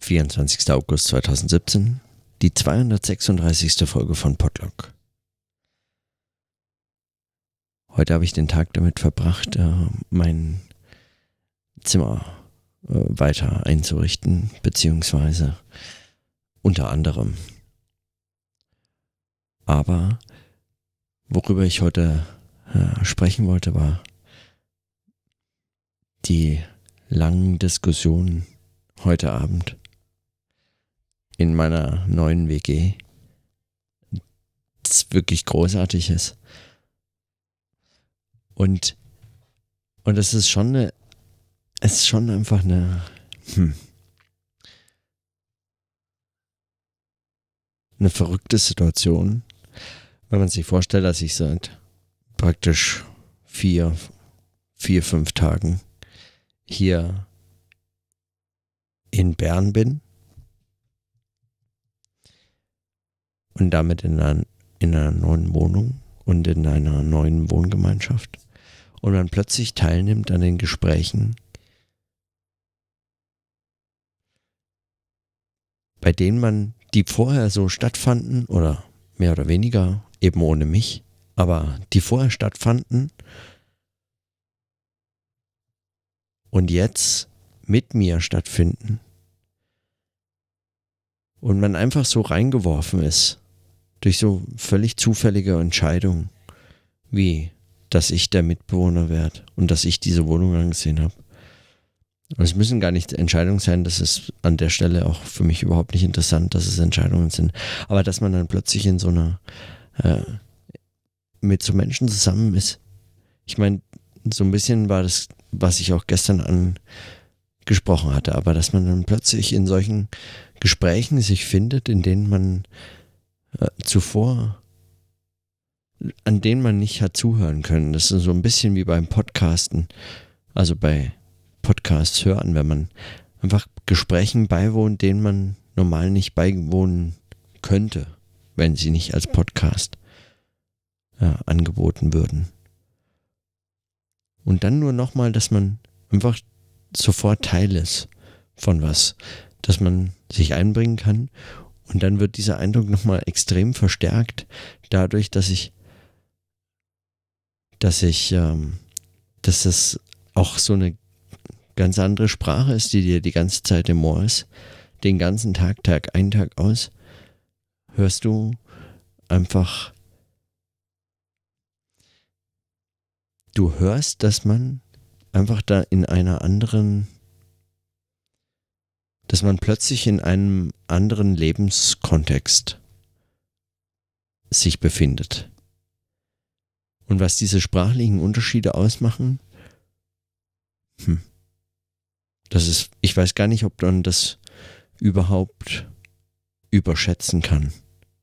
24. August 2017, die 236. Folge von Podlog. Heute habe ich den Tag damit verbracht, mein Zimmer weiter einzurichten, beziehungsweise unter anderem. Aber worüber ich heute sprechen wollte, war die langen Diskussionen heute Abend in meiner neuen WG, das wirklich großartig ist. Und es ist schon einfach eine verrückte Situation, wenn man sich vorstellt, dass ich seit praktisch 5 Tagen hier in Bern bin und damit in einer neuen Wohnung und in einer neuen Wohngemeinschaft und man plötzlich teilnimmt an den Gesprächen, bei denen die vorher so stattfanden oder mehr oder weniger eben ohne mich, aber die vorher stattfanden und jetzt mit mir stattfinden und man einfach so reingeworfen ist durch so völlig zufällige Entscheidungen, wie dass ich der Mitbewohner werde und dass ich diese Wohnung angesehen habe. Und es müssen gar nicht Entscheidungen sein, das ist an der Stelle auch für mich überhaupt nicht interessant, dass es Entscheidungen sind, aber dass man dann plötzlich in so einer mit so Menschen zusammen ist. Ich meine, so ein bisschen war das, was ich auch gestern angesprochen hatte, aber dass man dann plötzlich in solchen Gesprächen sich findet, in denen man an denen man nicht hat zuhören können. Das ist so ein bisschen wie beim Podcasten, also bei Podcasts hören, wenn man einfach Gesprächen beiwohnt, denen man normal nicht beiwohnen könnte, wenn sie nicht als Podcast angeboten würden. Und dann nur nochmal, dass man einfach sofort Teil ist von was, dass man sich einbringen kann. Und dann wird dieser Eindruck nochmal extrem verstärkt dadurch, dass es auch so eine ganz andere Sprache ist, die dir die ganze Zeit im Ohr ist. Den ganzen Tag, Tag ein, Tag aus, hörst du einfach, du hörst, dass man einfach da dass man plötzlich in einem anderen Lebenskontext sich befindet. Und was diese sprachlichen Unterschiede ausmachen, ich weiß gar nicht, ob man das überhaupt überschätzen kann.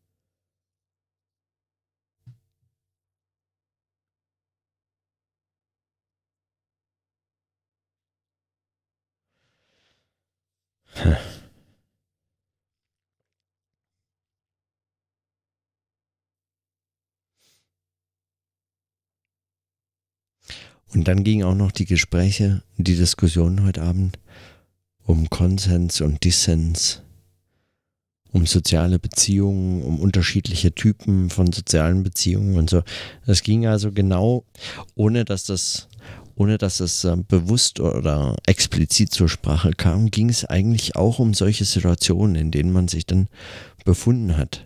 Und dann gingen auch noch die Diskussionen heute Abend um Konsens und Dissens, um soziale Beziehungen, um unterschiedliche Typen von sozialen Beziehungen und so. Das ging also genau, ohne dass es bewusst oder explizit zur Sprache kam, ging es eigentlich auch um solche Situationen, in denen man sich dann befunden hat.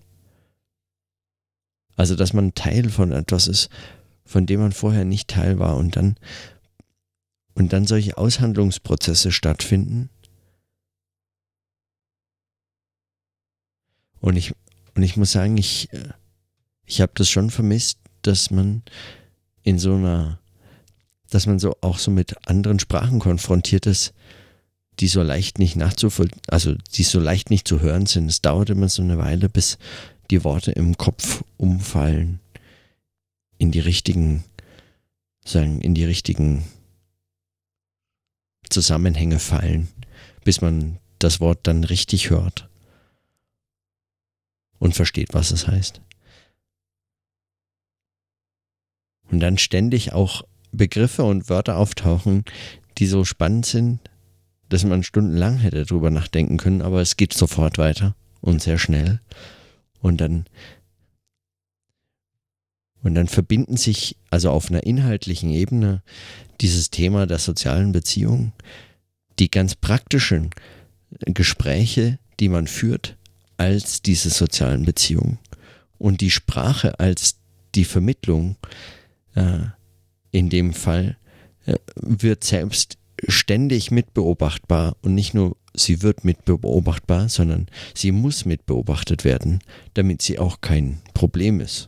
Also, dass man Teil von etwas ist, von dem man vorher nicht Teil war und dann solche Aushandlungsprozesse stattfinden. Und ich muss sagen, ich habe das schon vermisst, dass man dass man so auch so mit anderen Sprachen konfrontiert ist, die so leicht nicht die so leicht nicht zu hören sind. Es dauert immer so eine Weile, bis die Worte im Kopf umfallen, in die richtigen Zusammenhänge fallen, bis man das Wort dann richtig hört und versteht, was es heißt. Und dann ständig auch Begriffe und Wörter auftauchen, die so spannend sind, dass man stundenlang hätte drüber nachdenken können, aber es geht sofort weiter und sehr schnell. Und dann verbinden sich also auf einer inhaltlichen Ebene dieses Thema der sozialen Beziehung, die ganz praktischen Gespräche, die man führt, als diese sozialen Beziehungen und die Sprache als die Vermittlung in dem Fall wird selbst ständig mitbeobachtbar und nicht nur sie wird mitbeobachtbar, sondern sie muss mitbeobachtet werden, damit sie auch kein Problem ist.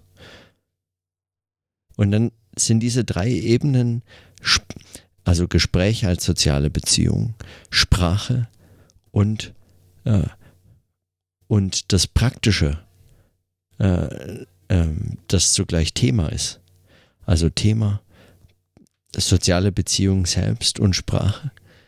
Und dann sind diese 3 Ebenen, also Gespräch als soziale Beziehung, Sprache und das Praktische, das zugleich Thema ist. Also Thema, soziale Beziehung selbst und Sprache.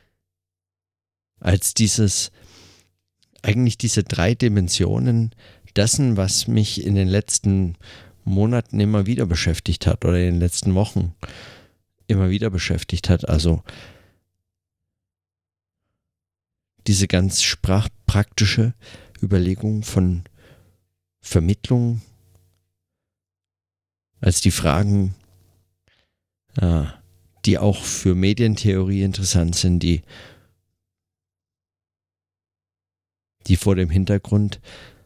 Als eigentlich diese 3 Dimensionen dessen, was mich in den letzten Monaten immer wieder beschäftigt hat oder in den letzten Wochen immer wieder beschäftigt hat. Also diese ganz sprachpraktische Überlegung von Vermittlung, als die Fragen, die auch für Medientheorie interessant sind, die vor dem Hintergrund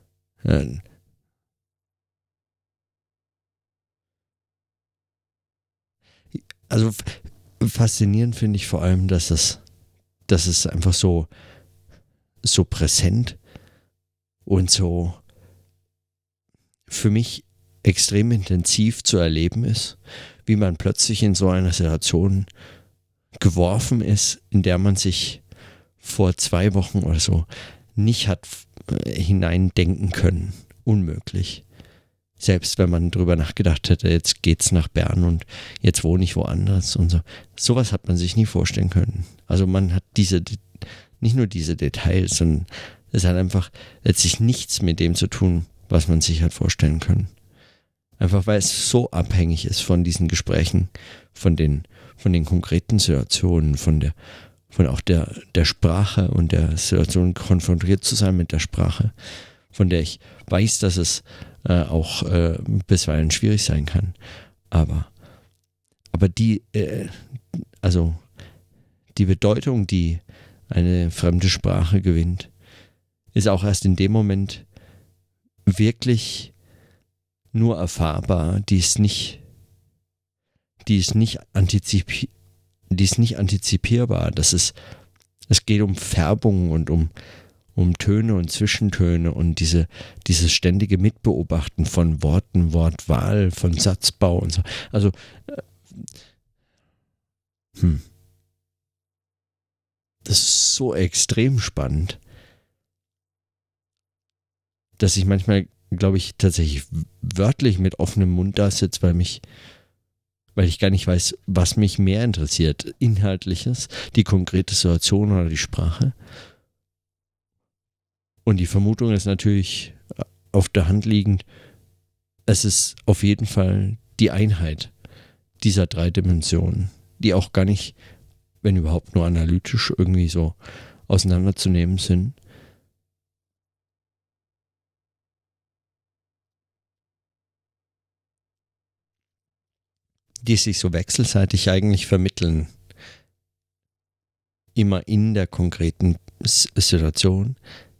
also faszinierend finde ich vor allem, dass es einfach so präsent und so für mich extrem intensiv zu erleben ist, wie man plötzlich in so einer Situation geworfen ist, in der man sich vor 2 Wochen oder so nicht hat hineindenken können. Unmöglich. Selbst wenn man drüber nachgedacht hätte, jetzt geht's nach Bern und jetzt wohne ich woanders und so. Sowas hat man sich nie vorstellen können. Also man hat nicht nur diese Details, sondern es hat einfach letztlich nichts mit dem zu tun, was man sich hat vorstellen können. Einfach weil es so abhängig ist von diesen Gesprächen, von den konkreten Situationen, von auch der Sprache und der Situation konfrontiert zu sein mit der Sprache, von der ich weiß, dass es auch bisweilen schwierig sein kann. Aber die Bedeutung, die eine fremde Sprache gewinnt, ist auch erst in dem Moment wirklich nur erfahrbar, die ist nicht antizipierbar. Es geht um Färbung und um Töne und Zwischentöne und dieses ständige Mitbeobachten von Worten, Wortwahl, von Satzbau und so. Also das ist so extrem spannend, dass ich manchmal, glaube ich, tatsächlich wörtlich mit offenem Mund da sitze, weil ich gar nicht weiß, was mich mehr interessiert. Inhaltliches, die konkrete Situation oder die Sprache. Und die Vermutung ist natürlich auf der Hand liegend, es ist auf jeden Fall die Einheit dieser 3 Dimensionen, die auch gar nicht, wenn überhaupt nur analytisch irgendwie so auseinanderzunehmen sind. Die sich so wechselseitig eigentlich vermitteln. Immer in der konkreten Situation,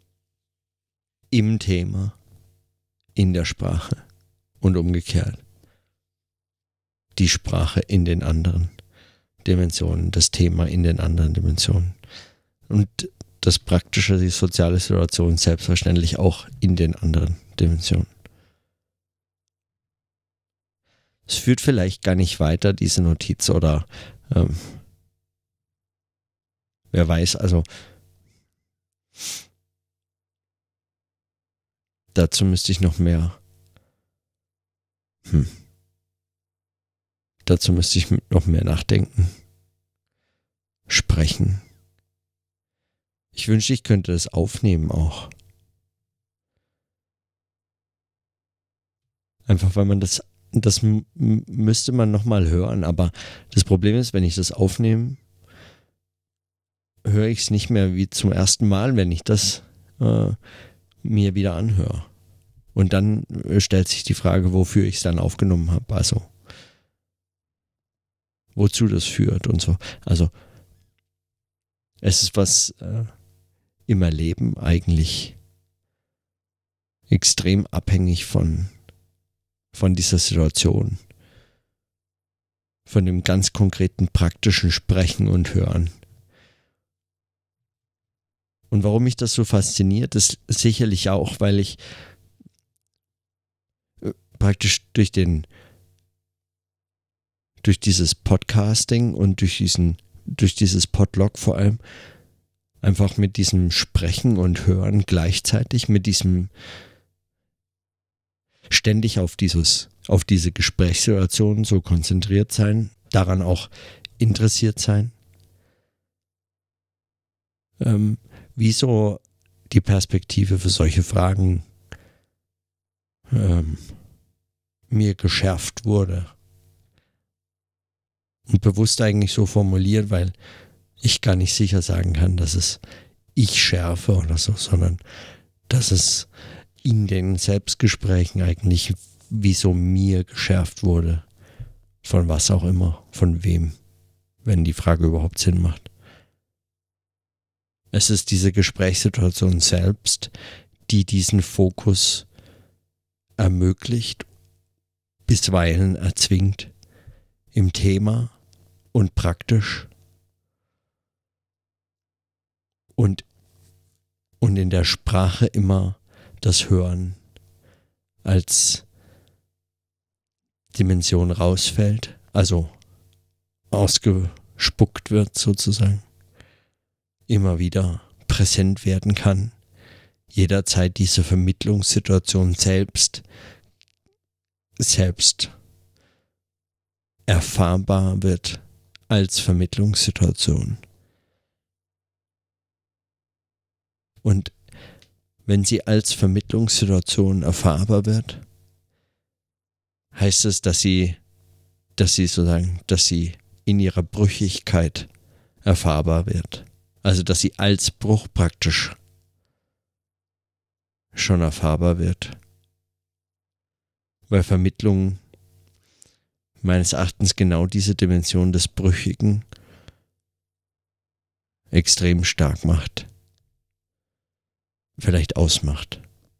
im Thema, in der Sprache und umgekehrt. Die Sprache in den anderen Dimensionen, das Thema in den anderen Dimensionen. Und das Praktische, die soziale Situation selbstverständlich auch in den anderen Dimensionen. Es führt vielleicht gar nicht weiter, diese Notiz, oder wer weiß, also dazu müsste ich noch mehr dazu müsste ich noch mehr nachdenken, sprechen. Ich wünschte, ich könnte das aufnehmen auch. Einfach weil man das müsste man nochmal hören, aber das Problem ist, wenn ich das aufnehme, höre ich es nicht mehr wie zum ersten Mal, wenn ich das mir wieder anhöre. Und dann stellt sich die Frage, wofür ich es dann aufgenommen habe. Also wozu das führt und so. Also es ist was im Erleben eigentlich extrem abhängig von dieser Situation. Von dem ganz konkreten praktischen Sprechen und Hören. Und warum mich das so fasziniert, ist sicherlich auch, weil ich praktisch durch dieses Podcasting und durch dieses Podlog vor allem einfach mit diesem Sprechen und Hören gleichzeitig, mit diesem ständig auf diese Gesprächssituation so konzentriert sein, daran auch interessiert sein, wie so die Perspektive für solche Fragen mir geschärft wurde. Und bewusst eigentlich so formuliert, weil ich gar nicht sicher sagen kann, dass es ich schärfe oder so, sondern dass es in den Selbstgesprächen eigentlich wie so mir geschärft wurde. Von was auch immer, von wem, wenn die Frage überhaupt Sinn macht. Es ist diese Gesprächssituation selbst, die diesen Fokus ermöglicht, bisweilen erzwingt, im Thema und praktisch und in der Sprache immer das Hören als Dimension rausfällt, also ausgespuckt wird sozusagen, immer wieder präsent werden kann, jederzeit diese Vermittlungssituation selbst erfahrbar wird als Vermittlungssituation. Und wenn sie als Vermittlungssituation erfahrbar wird, heißt es, dass sie in ihrer Brüchigkeit erfahrbar wird. Also, dass sie als Bruch praktisch schon erfahrbar wird. Weil Vermittlung meines Erachtens genau diese Dimension des Brüchigen extrem stark macht. Vielleicht ausmacht.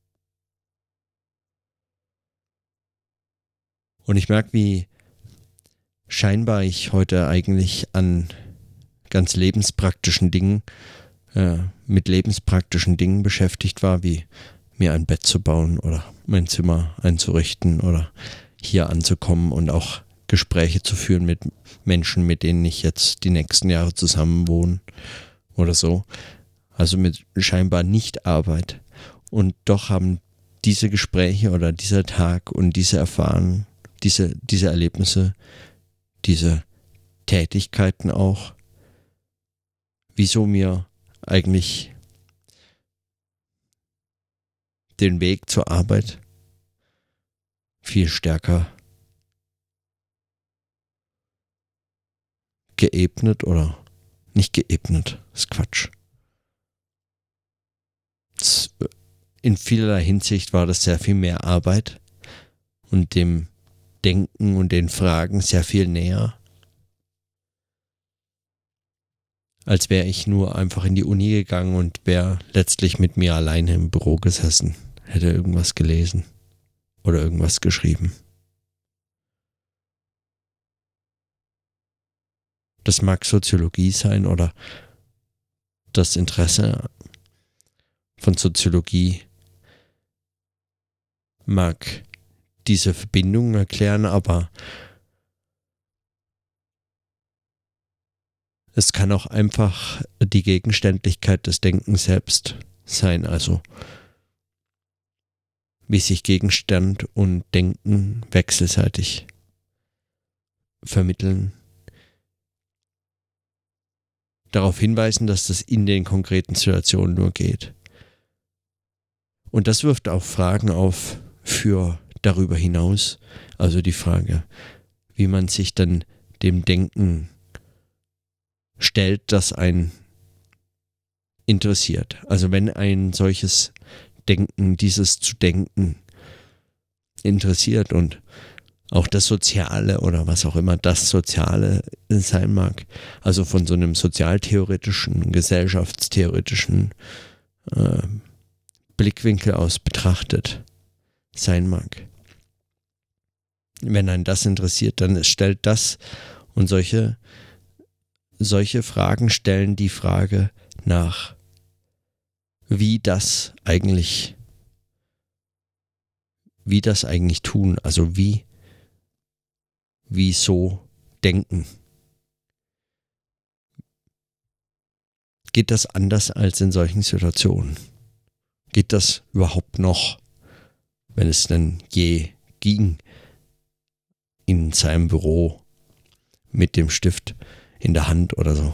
Und ich merke, wie scheinbar ich heute eigentlich an ganz lebenspraktischen Dingen, mit lebenspraktischen Dingen beschäftigt war, wie mir ein Bett zu bauen oder mein Zimmer einzurichten oder hier anzukommen und auch Gespräche zu führen mit Menschen, mit denen ich jetzt die nächsten Jahre zusammen wohne oder so. Also mit scheinbar Nicht-Arbeit. Und doch haben diese Gespräche oder dieser Tag und diese Erfahrungen, diese Erlebnisse, diese Tätigkeiten auch, wieso mir eigentlich den Weg zur Arbeit viel stärker geebnet oder nicht geebnet, ist Quatsch. In vielerlei Hinsicht war das sehr viel mehr Arbeit und dem Denken und den Fragen sehr viel näher, als wäre ich nur einfach in die Uni gegangen und wäre letztlich mit mir alleine im Büro gesessen, hätte irgendwas gelesen oder irgendwas geschrieben. Das mag Soziologie sein oder das Interesse von Soziologie mag diese Verbindung erklären, aber es kann auch einfach die Gegenständlichkeit des Denkens selbst sein, also wie sich Gegenstand und Denken wechselseitig vermitteln. Darauf hinweisen, dass das in den konkreten Situationen nur geht. Und das wirft auch Fragen auf für darüber hinaus, also die Frage, wie man sich dann dem Denken stellt, das ein interessiert. Also wenn ein solches Denken, dieses zu denken interessiert und auch das Soziale oder was auch immer das Soziale sein mag, also von so einem sozialtheoretischen, gesellschaftstheoretischen Blickwinkel aus betrachtet sein mag. Wenn einen das interessiert, dann stellt das und solche Fragen stellen die Frage nach, wie das eigentlich tun, also wie so denken. Geht das anders als in solchen Situationen? Geht das überhaupt noch, wenn es denn je ging, in seinem Büro mit dem Stift in der Hand oder so?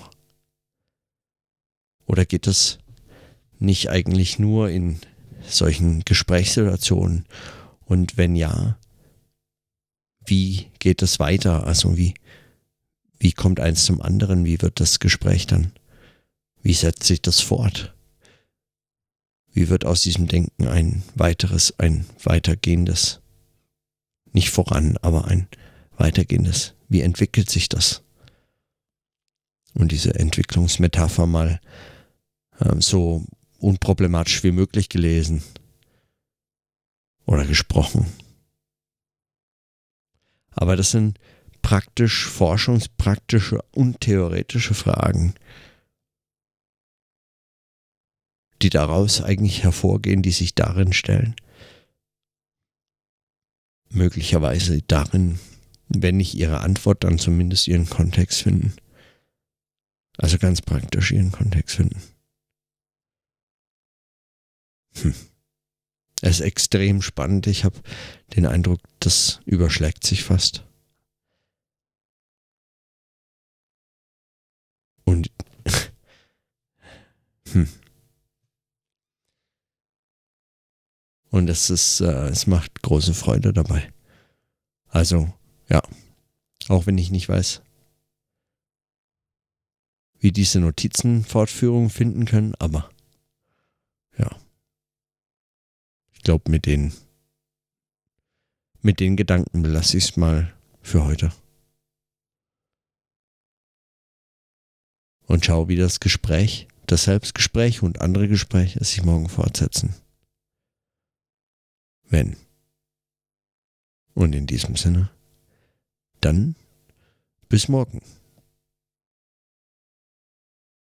Oder geht es nicht eigentlich nur in solchen Gesprächssituationen? Und wenn ja, wie geht es weiter? Also wie kommt eins zum anderen? Wie wird das Gespräch dann? Wie setzt sich das fort? Wie wird aus diesem Denken ein weitergehendes, nicht voran, aber ein weitergehendes? Wie entwickelt sich das? Und diese Entwicklungsmetapher mal so unproblematisch wie möglich gelesen oder gesprochen. Aber das sind praktisch forschungspraktische und theoretische Fragen, die daraus eigentlich hervorgehen, die sich darin stellen. Möglicherweise darin, wenn nicht ihre Antwort, dann zumindest ihren Kontext finden. Also ganz praktisch ihren Kontext finden. Es ist extrem spannend. Ich habe den Eindruck, das überschlägt sich fast. Und und es macht große Freude dabei. Also, ja, auch wenn ich nicht weiß, wie diese Notizen Fortführung finden können, aber ja, ich glaube, mit den Gedanken belasse ich es mal für heute. Und schau, wie das Selbstgespräch und andere Gespräche sich morgen fortsetzen. Wenn. Und in diesem Sinne, dann bis morgen.